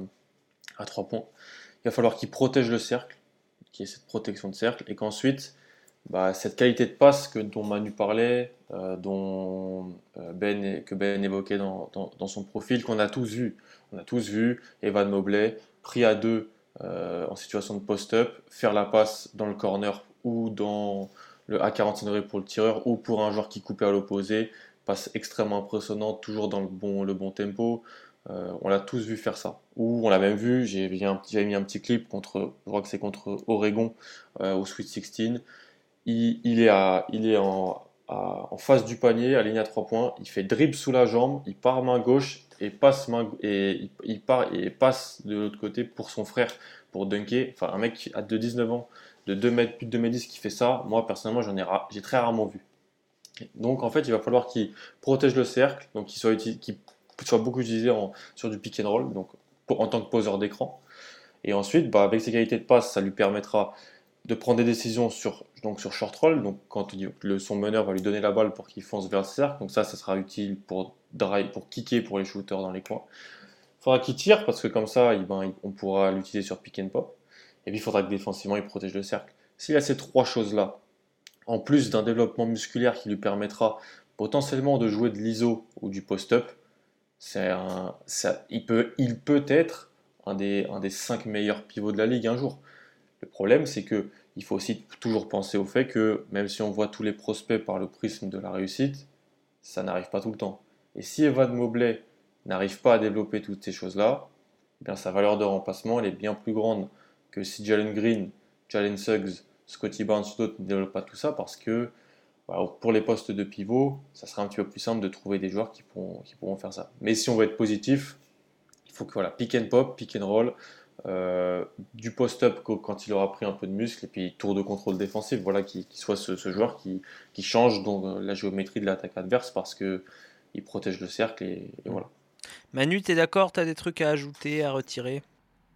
à trois points. Il va falloir qu'il protège le cercle, qu'il y ait cette protection de cercle, et qu'ensuite, bah, cette qualité de passe que, dont Manu parlait, euh, dont euh, Ben, que Ben évoquait dans, dans, dans son profil, qu'on a tous vu. On a tous vu Evan Mobley pris à deux euh, en situation de post-up, faire la passe dans le corner ou dans le à quarante-cinq degrés pour le tireur ou pour un joueur qui coupait à l'opposé. Passe extrêmement impressionnante, toujours dans le bon, le bon tempo. Euh, on l'a tous vu faire ça. Ou on l'a même vu, j'ai mis un, j'avais mis un petit clip contre, je crois que c'est contre Oregon euh, au Sweet seize. Il, il est, à, il est en, à- en face du panier, à ligne à trois points. Il fait dribble sous la jambe, il part main gauche et passe, main, et, il, il part et passe de l'autre côté pour son frère, pour dunker. Enfin, un mec à de dix-neuf ans, de deux mètres, plus de deux mètres dix qui fait ça, moi personnellement, j'en ai, ra- j'ai très rarement vu. Donc en fait, il va falloir qu'il protège le cercle, donc qu'il soit, uti- qu'il soit beaucoup utilisé en- sur du pick and roll, donc pour- en tant que poseur d'écran. Et ensuite, bah, avec ses qualités de passe, ça lui permettra de prendre des décisions sur, donc sur short roll. Donc quand il- le, son meneur va lui donner la balle pour qu'il fonce vers le cercle. Donc ça, ça sera utile pour drive, pour kicker pour les shooters dans les coins. Il faudra qu'il tire parce que comme ça, il- ben, il- on pourra l'utiliser sur pick and pop. Et puis il faudra que défensivement, il protège le cercle. S'il a ces trois choses-là, en plus d'un développement musculaire qui lui permettra potentiellement de jouer de l'I S O ou du post-up, c'est un, ça, il, peut, il peut être un des, un des cinq meilleurs pivots de la ligue un jour. Le problème, c'est que il faut aussi toujours penser au fait que même si on voit tous les prospects par le prisme de la réussite, ça n'arrive pas tout le temps. Et si Evan Mobley n'arrive pas à développer toutes ces choses-là, eh bien sa valeur de remplacement elle est bien plus grande que si Jalen Green, Jalen Suggs, Scottie Barnes ou d'autres ne développent pas tout ça parce que voilà, pour les postes de pivot, ça sera un petit peu plus simple de trouver des joueurs qui pourront, qui pourront faire ça. Mais si on veut être positif, il faut que voilà, pick and pop, pick and roll, euh, du post-up quand il aura pris un peu de muscle, et puis tour de contrôle défensif, voilà, qui, qui soit ce, ce joueur qui, qui change donc, euh, la géométrie de l'attaque adverse parce que il protège le cercle et, et voilà. Manu, t'es d'accord? T'as des trucs à ajouter, à retirer?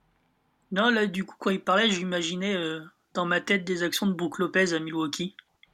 Non, là, du coup, quand il parlait, j'imaginais euh, dans ma tête des actions de Brook Lopez à Milwaukee.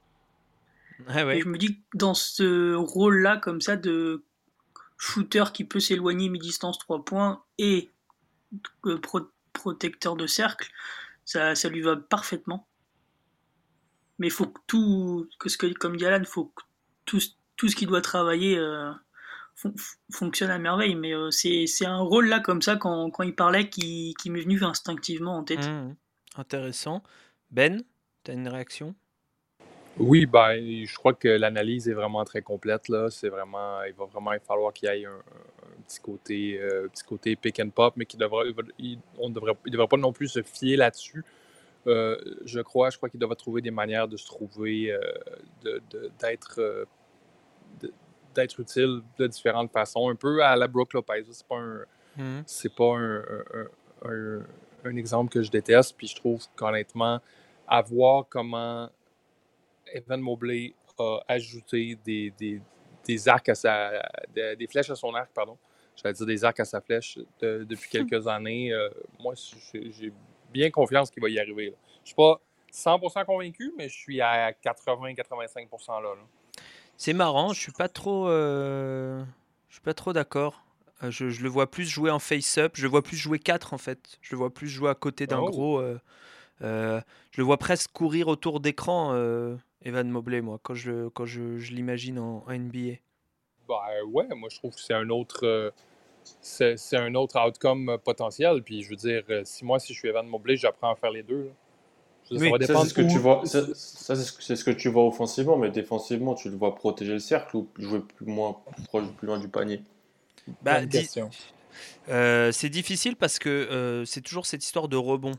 Ah ouais. Et je me dis que dans ce rôle-là, comme ça, de shooter qui peut s'éloigner mi-distance trois points et euh, pro- protecteur de cercle, ça, ça lui va parfaitement. Mais il faut que tout, que ce que, comme dit Alan, il faut que tout, tout ce qui doit travailler euh, fon- fonctionne à merveille. Mais euh, c'est c'est un rôle là, comme ça, quand, quand il parlait, qui, qui m'est venu instinctivement en tête. Mmh. Intéressant. Ben, t'as une réaction? Oui, ben, je crois que l'analyse est vraiment très complète, là. C'est vraiment, il va vraiment falloir qu'il y ait un, un petit côté, euh, petit côté pick and pop, mais qui devra, il, on devrait, il devrait pas non plus se fier là-dessus. Euh, je crois, je crois qu'il devra trouver des manières de se trouver, euh, de, de, d'être, euh, de, d'être utile de différentes façons, un peu à la Brook Lopez. C'est pas un, Mmh. c'est pas un, un, un, un exemple que je déteste, puis je trouve qu'honnêtement, à voir comment Evan Mobley a ajouté des, des, des arcs à sa, des, des flèches à son arc, pardon, j'allais dire des arcs à sa flèche de- depuis quelques années. Euh, moi, j'ai j'ai bien confiance qu'il va y arriver. Là. Je suis pas cent pour cent convaincu, mais je suis à quatre-vingts à quatre-vingt-cinq pour cent là. là. C'est marrant, je suis pas trop, euh, je suis pas trop d'accord. Euh, je, je le vois plus jouer en face-up, je le vois plus jouer quatre en fait. Je le vois plus jouer à côté d'un Oh! gros. euh, euh, je le vois presque courir autour d'écran, euh, Evan Mobley, moi, quand je, quand je, je l'imagine en, en N B A. Ben ouais, moi je trouve que c'est un autre euh, c'est, c'est un autre outcome euh, potentiel. Puis je veux dire, euh, si moi si je suis Evan Mobley, j'apprends à faire les deux. Là. Je veux dire, ça va Oui, Ça, c'est dépendre ce que tu où. vois, ça, ça, c'est ce que c'est ce que tu vois offensivement, mais défensivement, tu le vois protéger le cercle ou jouer plus, moins proche, plus loin du panier. bah, Bonne dis- question. euh, c'est difficile parce que euh, c'est toujours cette histoire de rebond.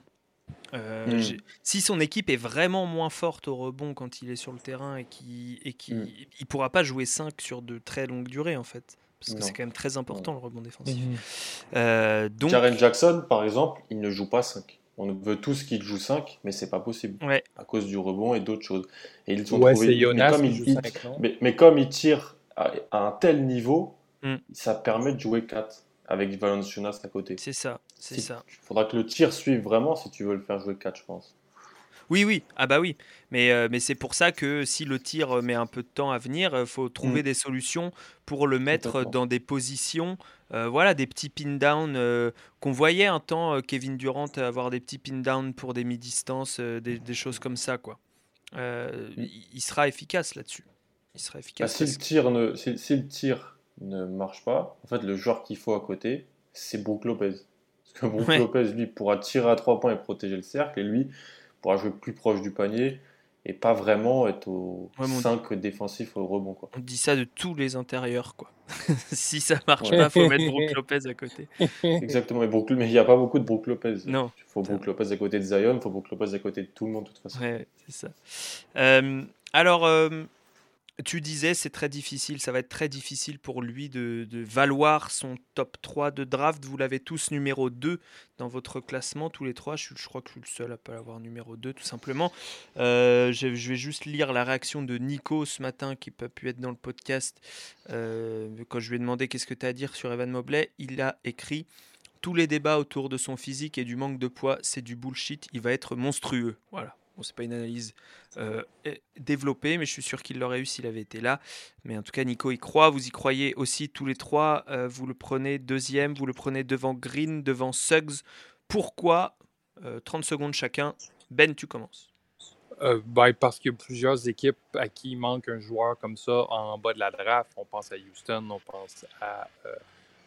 Euh, Hmm, j'ai- si son équipe est vraiment moins forte au rebond quand il est sur le terrain et qui et hmm. qui il pourra pas jouer cinq sur de très longues durées en fait parce que c'est Non, quand même très non. important le rebond défensif. Mhm. Euh, Jaren donc Jackson, par exemple, il ne joue pas cinq. On veut tous qu'il joue cinq, mais c'est pas possible ouais, à cause du rebond et d'autres choses. Et ils ont Ouais, c'est trouvé, mais Jonas comme qui il, joue il- cinq, non? mais, mais comme il tire à, à un tel niveau, mm, ça permet de jouer quatre avec Valanciunas à côté. c'est ça, c'est Si, ça. il faudra que le tir suive vraiment si tu veux le faire jouer quatre, je pense. Oui, oui, ah bah oui, mais, euh, mais c'est pour ça que si le tir euh, met un peu de temps à venir, il faut trouver Hmm, des solutions pour le mettre complètement. dans des positions, euh, voilà, des petits pin down euh, qu'on voyait un temps euh, Kevin Durant avoir des petits pin down pour des mi-distances, euh, des, des choses comme ça, quoi. Euh, Hmm. il il sera efficace là-dessus. Il sera Bah, efficace si parce le que tir ne, si, si le tir ne marche pas, en fait, le joueur qu'il faut à côté, c'est Brook Lopez. Parce que Brook ouais, Lopez, lui, pourra tirer à trois points et protéger le cercle, et lui pourra jouer plus proche du panier et pas vraiment être au ouais, mais on, cinq défensif au rebond, quoi. on dit ça de tous les intérieurs, quoi. Si ça marche Ouais, pas, faut mettre Brook Lopez à côté. exactement. Mais Brook- mais il n'y a pas beaucoup de Brook Lopez. Il Non, faut c'est Brook Lopez à côté de Zion, il faut Brook Lopez à côté de tout le monde, de toute façon. ouais, c'est ça. Euh, alors, euh, tu disais, c'est très difficile, ça va être très difficile pour lui de, de valoir son top trois de draft. Vous l'avez tous numéro deux dans votre classement, tous les trois. Je, suis- je crois que je suis le seul à pas l'avoir numéro deux, tout simplement. Euh, je, je vais juste lire la réaction de Nico ce matin, qui n'a pas pu être dans le podcast. Euh, quand je lui ai demandé qu'est-ce que tu as à dire sur Evan Mobley, il a écrit: tous les débats autour de son physique et du manque de poids, c'est du bullshit. Il va être monstrueux. Voilà. Bon, c'est pas une analyse euh, é- développée, mais je suis sûr qu'il l'aurait eu s'il avait été là. Mais en tout cas, Nico y croit. Vous y croyez aussi tous les trois. Euh, vous le prenez deuxième. Vous le prenez devant Green, devant Suggs. Pourquoi? Euh, trente secondes chacun. Ben, tu commences. Euh, ben, parce qu'il y a plusieurs équipes à qui il manque un joueur comme ça en bas de la draft. On pense à Houston, on pense à, euh,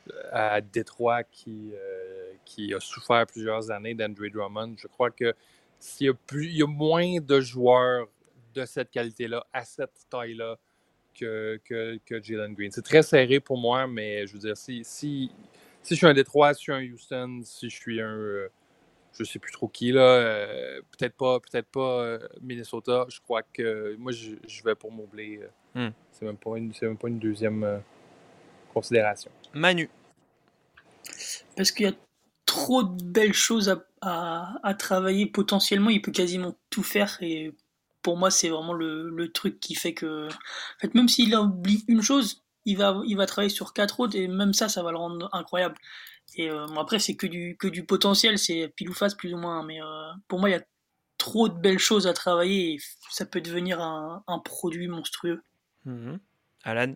à Détroit qui, euh, qui a souffert plusieurs années d'Andre Drummond. Je crois que s'il y a, plus, il y a moins de joueurs de cette qualité-là, à cette taille-là, que, que, que Jalen Green. C'est très serré pour moi, mais je veux dire, si, si, si je suis un Détroit, si je suis un Houston, si je suis un... euh, je sais plus trop qui, là. euh, peut-être pas, peut-être pas euh, Minnesota. Je crois que moi, je, je vais pour Mobley. euh, Hmm. c'est même pas une, c'est même pas une deuxième euh, considération. Manu. Parce qu'il y a trop de belles choses à, à, à travailler. Potentiellement, il peut quasiment tout faire. Et pour moi, c'est vraiment le, le truc qui fait que. En fait, même s'il oublie une chose, il va, il va travailler sur quatre autres. Et même ça, ça va le rendre incroyable. Et euh, bon, après, c'est que du, que du potentiel. C'est pile ou face, plus ou moins. Mais euh, pour moi, il y a trop de belles choses à travailler. Et ça peut devenir un, un produit monstrueux. Mhm. Alan.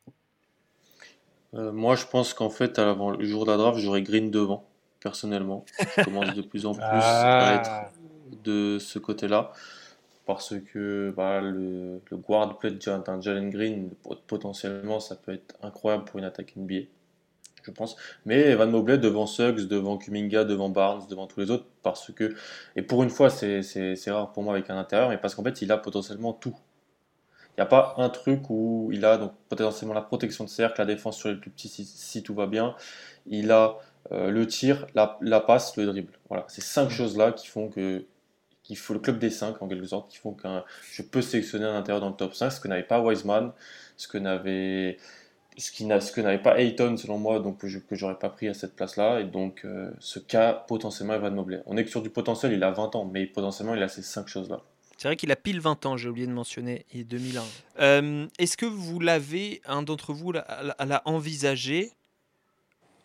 Euh, moi, je pense qu'en fait, avant le jour de la draft, j'aurais Green devant, personnellement. Je commence de plus en plus à être Ah! de ce côté-là, parce que bah, le, le guard play de Jonathan- d'un Jalen Green, pot- potentiellement, ça peut être incroyable pour une attaque N B A, je pense. Mais Evan Mobley devant Suggs, devant Kuminga, devant Barnes, devant tous les autres, parce que, et pour une fois, c'est c'est- c'est rare pour moi avec un intérieur, mais parce qu'en fait, il a potentiellement tout. Il n'y a pas un truc où il a donc potentiellement la protection de cercle, la défense sur les plus petits si, si tout va bien. Il a euh, le tir, la, la passe, le dribble. Voilà, ces cinq choses-là qui font que qu'il faut le club des cinq en quelque sorte, qui font que je peux sélectionner un intérieur dans le top cinq, ce que n'avait pas Wiseman, ce que n'avait ce qui n'a, ce que n'avait pas Ayton selon moi, donc que, je, que j'aurais pas pris à cette place-là, et donc euh, ce cas potentiellement Evan Mobley. On est que sur du potentiel, il a vingt ans, mais potentiellement il a ces cinq choses-là. C'est vrai qu'il a pile vingt ans, j'ai oublié de mentionner, il est deux mille un. Euh, est-ce que vous l'avez, un d'entre vous l'a, l'a- l'a envisagé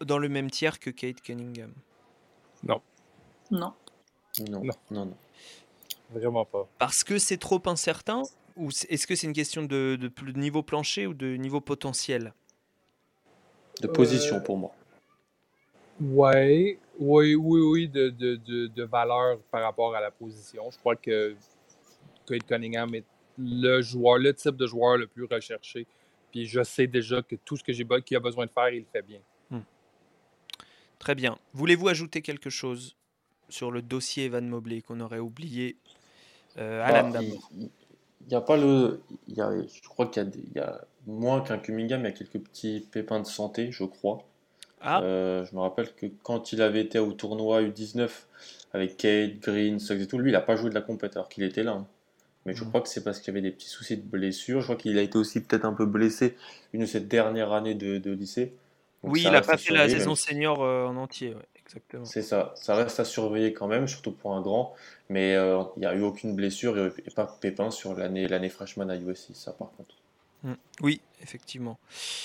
dans le même tiers que Kate Cunningham? Non. Non. Non, Non. non, non. Vraiment pas. Parce que c'est trop incertain? Ou est-ce que c'est une question de, de, de niveau plancher ou de niveau potentiel? De position Euh, pour moi. Ouais, oui, oui, oui, de, de, de, de valeur par rapport à la position. Je crois que Kate Cunningham est le joueur, le type de joueur le plus recherché. Puis je sais déjà que tout ce que j'ai qu'il a besoin de faire, il le fait bien. Hmm. Très bien. Voulez-vous ajouter quelque chose sur le dossier Evan Mobley qu'on aurait oublié? euh, Alan Bah, il d'abord. il y a pas le, il y a, je crois qu'il y a, des- il y a moins qu'un Cunningham, il y a quelques petits pépins de santé, je crois. Ah, Euh, je me rappelle que quand il avait été au tournoi U dix-neuf avec Kate, Green, Suggs et tout, lui, il n'a pas joué de la compète alors qu'il était là, hein. Mais je Mm. crois que c'est parce qu'il y avait des petits soucis de blessure. Je crois qu'il a été aussi peut-être un peu blessé une de ses dernières années de, de lycée. Donc oui, ça il a reste pas à fait la surveiller, saison même si senior euh, en entier, ouais, exactement. c'est ça. Ça reste à surveiller quand même, surtout pour un grand. Mais euh, il n'y a eu aucune blessure et, et pas de pépin sur l'année l'année freshman à U S C, ça par contre. Mm. Oui, effectivement.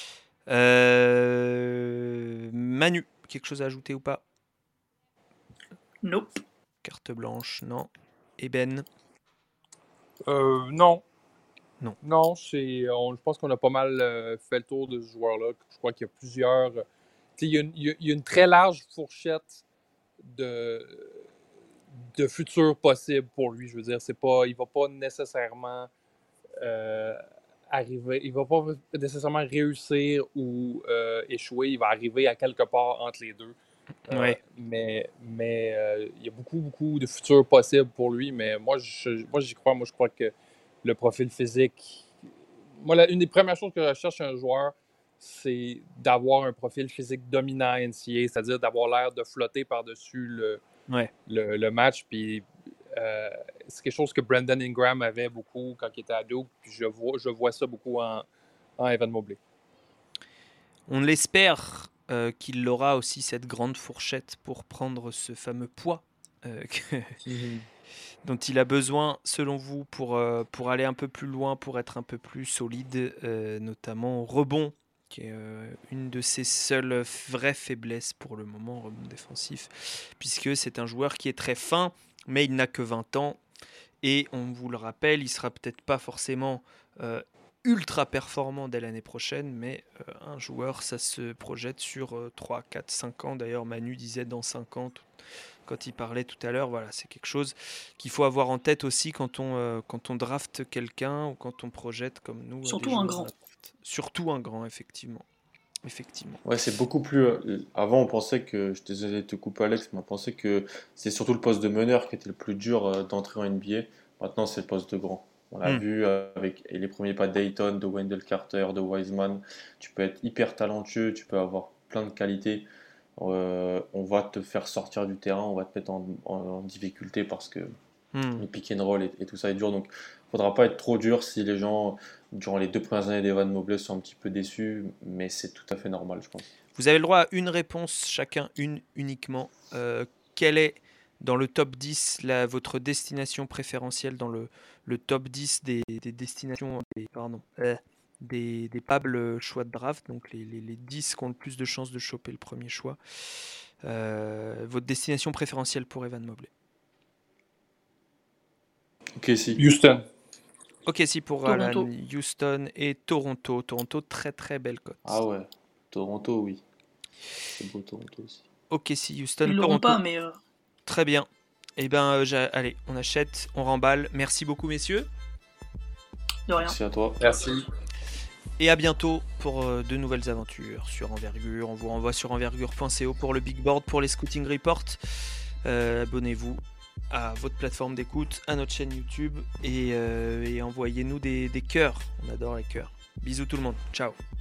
Euh, Manu, quelque chose à ajouter ou pas? Nope. Carte blanche, non. Et Ben? Euh, non. Non. Non, c'est, on, je pense qu'on a pas mal euh, fait le tour de ce joueur-là. Je crois qu'il y a plusieurs. euh, tu sais, il y a une- il y a- il y a une très large fourchette de, de futur possible pour lui. Je veux dire, c'est pas, il va pas nécessairement euh, arriver, il va pas nécessairement réussir ou euh, échouer. Il va arriver à quelque part entre les deux. Euh, Ouais. mais mais euh, il y a beaucoup, beaucoup de futurs possibles pour lui. Mais moi, je, moi, j'y crois. Moi, je crois que le profil physique. Moi, la- une des premières choses que je recherche chez un joueur, c'est d'avoir un profil physique dominant N C A A, c'est-à-dire d'avoir l'air de flotter par-dessus le, Ouais. le, le match. Puis euh, c'est quelque chose que Brandon Ingram avait beaucoup quand il était à Duke. Puis je vois, je vois ça beaucoup en, en Evan Mobley. On l'espère euh, qu'il aura aussi cette grande fourchette pour prendre ce fameux poids euh, que- Mm-hmm. dont il a besoin, selon vous, pour, euh, pour aller un peu plus loin, pour être un peu plus solide, euh, notamment au rebond, qui est euh, une de ses seules vraies faiblesses pour le moment, rebond défensif, puisque c'est un joueur qui est très fin, mais il n'a que vingt ans, et on vous le rappelle, il sera peut-être pas forcément euh, ultra performant dès l'année prochaine, mais euh, un joueur, ça se projette sur euh, trois, quatre, cinq ans. D'ailleurs, Manu disait dans cinq ans, tout- quand il parlait tout à l'heure, voilà, c'est quelque chose qu'il faut avoir en tête aussi quand on, euh, quand on drafte quelqu'un ou quand on projette comme nous. euh, des Surtout un joueurs grand. à la draft. Surtout un grand, effectivement. Effectivement. Ouais, c'est beaucoup plus. euh, Avant, on pensait que. Je suis désolé de te couper, Alex, mais on pensait que c'est surtout le poste de meneur qui était le plus dur euh, d'entrer en N B A. Maintenant, c'est le poste de grand. On l'a Hmm. vu euh, avec les premiers pas de Dayton, de Wendell Carter, de Wiseman. Tu peux être hyper talentueux, tu peux avoir plein de qualités. Euh, on va te faire sortir du terrain, on va te mettre en, en- en difficulté parce que Hmm. le pick and roll et, et tout ça est dur. Donc, il faudra pas être trop dur si les gens, durant les deux premières années d'Evan Mobley, sont un petit peu déçus, mais c'est tout à fait normal, je pense. Vous avez le droit à une réponse, chacun une uniquement. Euh, quelle est, dans le top dix, la, votre destination préférentielle dans le, le top dix des, des destinations, des, pardon, euh, des, des probables choix de draft, donc les, les, les dix qui ont le plus de chances de choper le premier choix. Euh, votre destination préférentielle pour Evan Mobley. Ok, si. Houston. Ok, si pour Toronto. Alan, Houston et Toronto. Toronto, très très belle cote. Ah ouais, Toronto, oui. C'est beau, Toronto aussi. Ok, si Houston, Ils l'auront Toronto. pas, mais euh, Très bien. Eh ben, euh, j'ai- allez, on achète, on remballe. Merci beaucoup, messieurs. de rien. Merci à toi. Merci. Et à bientôt pour euh, de nouvelles aventures sur Envergure. On vous renvoie sur envergure point co pour le big board, pour les scouting reports. Euh, abonnez-vous à votre plateforme d'écoute, à notre chaîne YouTube et, euh, et envoyez-nous des, des cœurs. On adore les cœurs. Bisous tout le monde. Ciao.